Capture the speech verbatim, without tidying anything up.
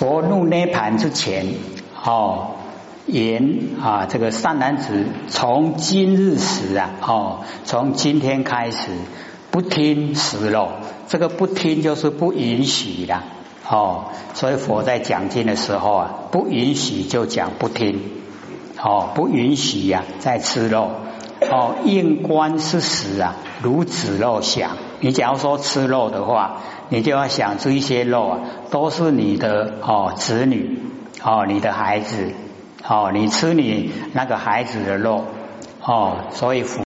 佛入涅盘之前，哦，言啊，这个善男子从今日始啊，哦，从今天开始不听食肉，这个不听就是不允许啦，哦，所以佛在讲经的时候啊，不允许就讲不听，哦，不允许呀、啊，在吃肉，哦，应观是食啊，如子肉想。你假如说吃肉的话，你就要想这一些肉啊，都是你的哦子女，哦你的孩子，哦你吃你那个孩子的肉，哦，所以佛